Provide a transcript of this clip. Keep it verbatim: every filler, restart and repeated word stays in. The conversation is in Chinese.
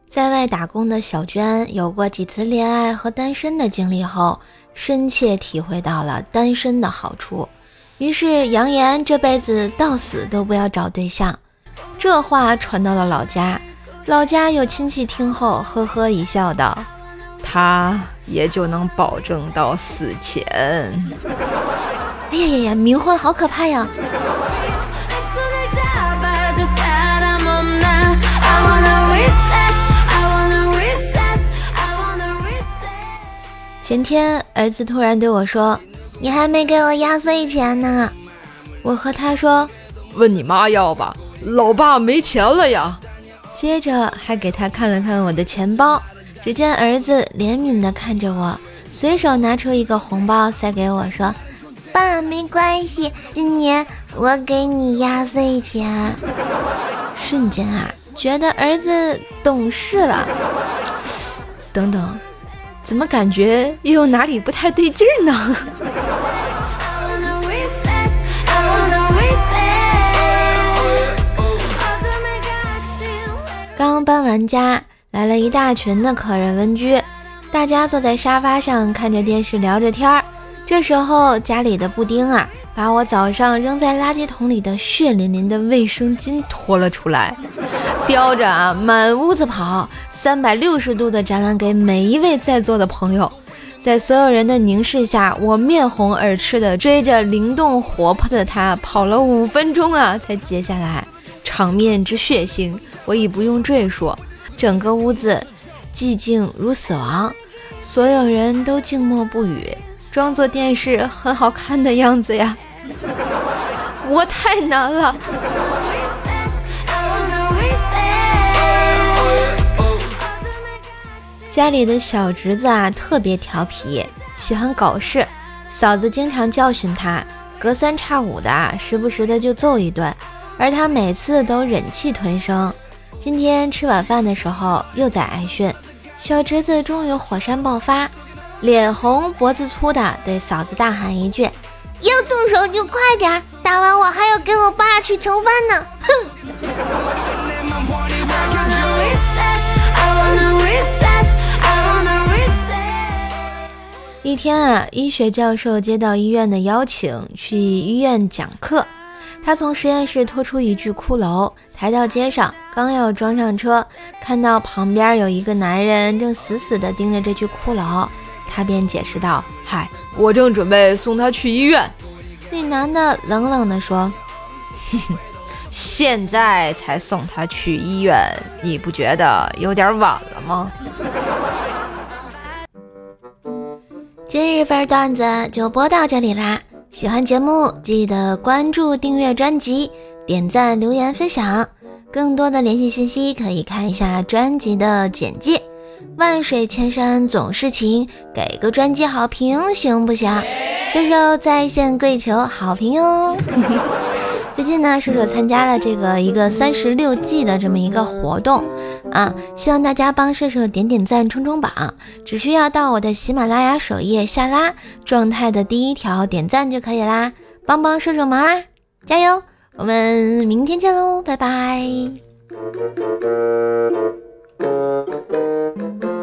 在外打工的小娟有过几次恋爱和单身的经历后，深切体会到了单身的好处，于是扬言这辈子到死都不要找对象。这话传到了老家，老家有亲戚听后呵呵一笑道， 他也就能保证到死前。 哎呀呀呀，冥婚好可怕呀！前天儿子突然对我说，你还没给我压岁钱呢。我和他说， 问你妈要吧，老爸没钱了呀。 接着还给他看了看我的钱包，只见儿子怜悯地看着我，随手拿出一个红包塞给我说，爸，没关系，今年我给你压岁钱。瞬间啊，觉得儿子懂事了。等等，怎么感觉又有哪里不太对劲儿呢？刚搬完家，来了一大群的客人温居，大家坐在沙发上看着电视聊着天儿。这时候家里的布丁啊，把我早上扔在垃圾桶里的血淋淋的卫生巾拖了出来，叼着啊满屋子跑，三百六十度的展览给每一位在座的朋友。在所有人的凝视下，我面红耳赤的追着灵动活泼的他跑了五分钟啊，才接下来。场面之血腥，我已不用赘述。整个屋子寂静如死亡，所有人都静默不语，装作电视很好看的样子呀。我太难了。家里的小侄子啊特别调皮，喜欢搞事，嫂子经常教训他，隔三差五的啊时不时的就揍一顿，而他每次都忍气吞声。今天吃晚饭的时候又在挨训，小侄子终于火山爆发，脸红脖子粗的对嫂子大喊一句，要动手就快点，打完我还要跟我爸去盛饭呢。哼！一天啊，医学教授接到医院的邀请，去医院讲课。他从实验室拖出一具骷髅，抬到街上，刚要装上车，看到旁边有一个男人正死死地盯着这具骷髅，他便解释道， 嗨，我正准备送他去医院。 那男的冷冷地说， 哼哼，现在才送他去医院，你不觉得有点晚了吗？ 今日份段子就播到这里啦，喜欢节目记得关注订阅专辑，点赞留言分享，更多的联系信息可以看一下专辑的简介。万水千山总是情，给个专辑好评行不行？射手在线跪求好评哟。最近呢，射手参加了这个一个三十六计的这么一个活动啊，希望大家帮射手点点赞冲冲榜，只需要到我的喜马拉雅首页下拉状态的第一条点赞就可以啦，帮帮射手忙啦，加油！我们明天见喽，拜拜。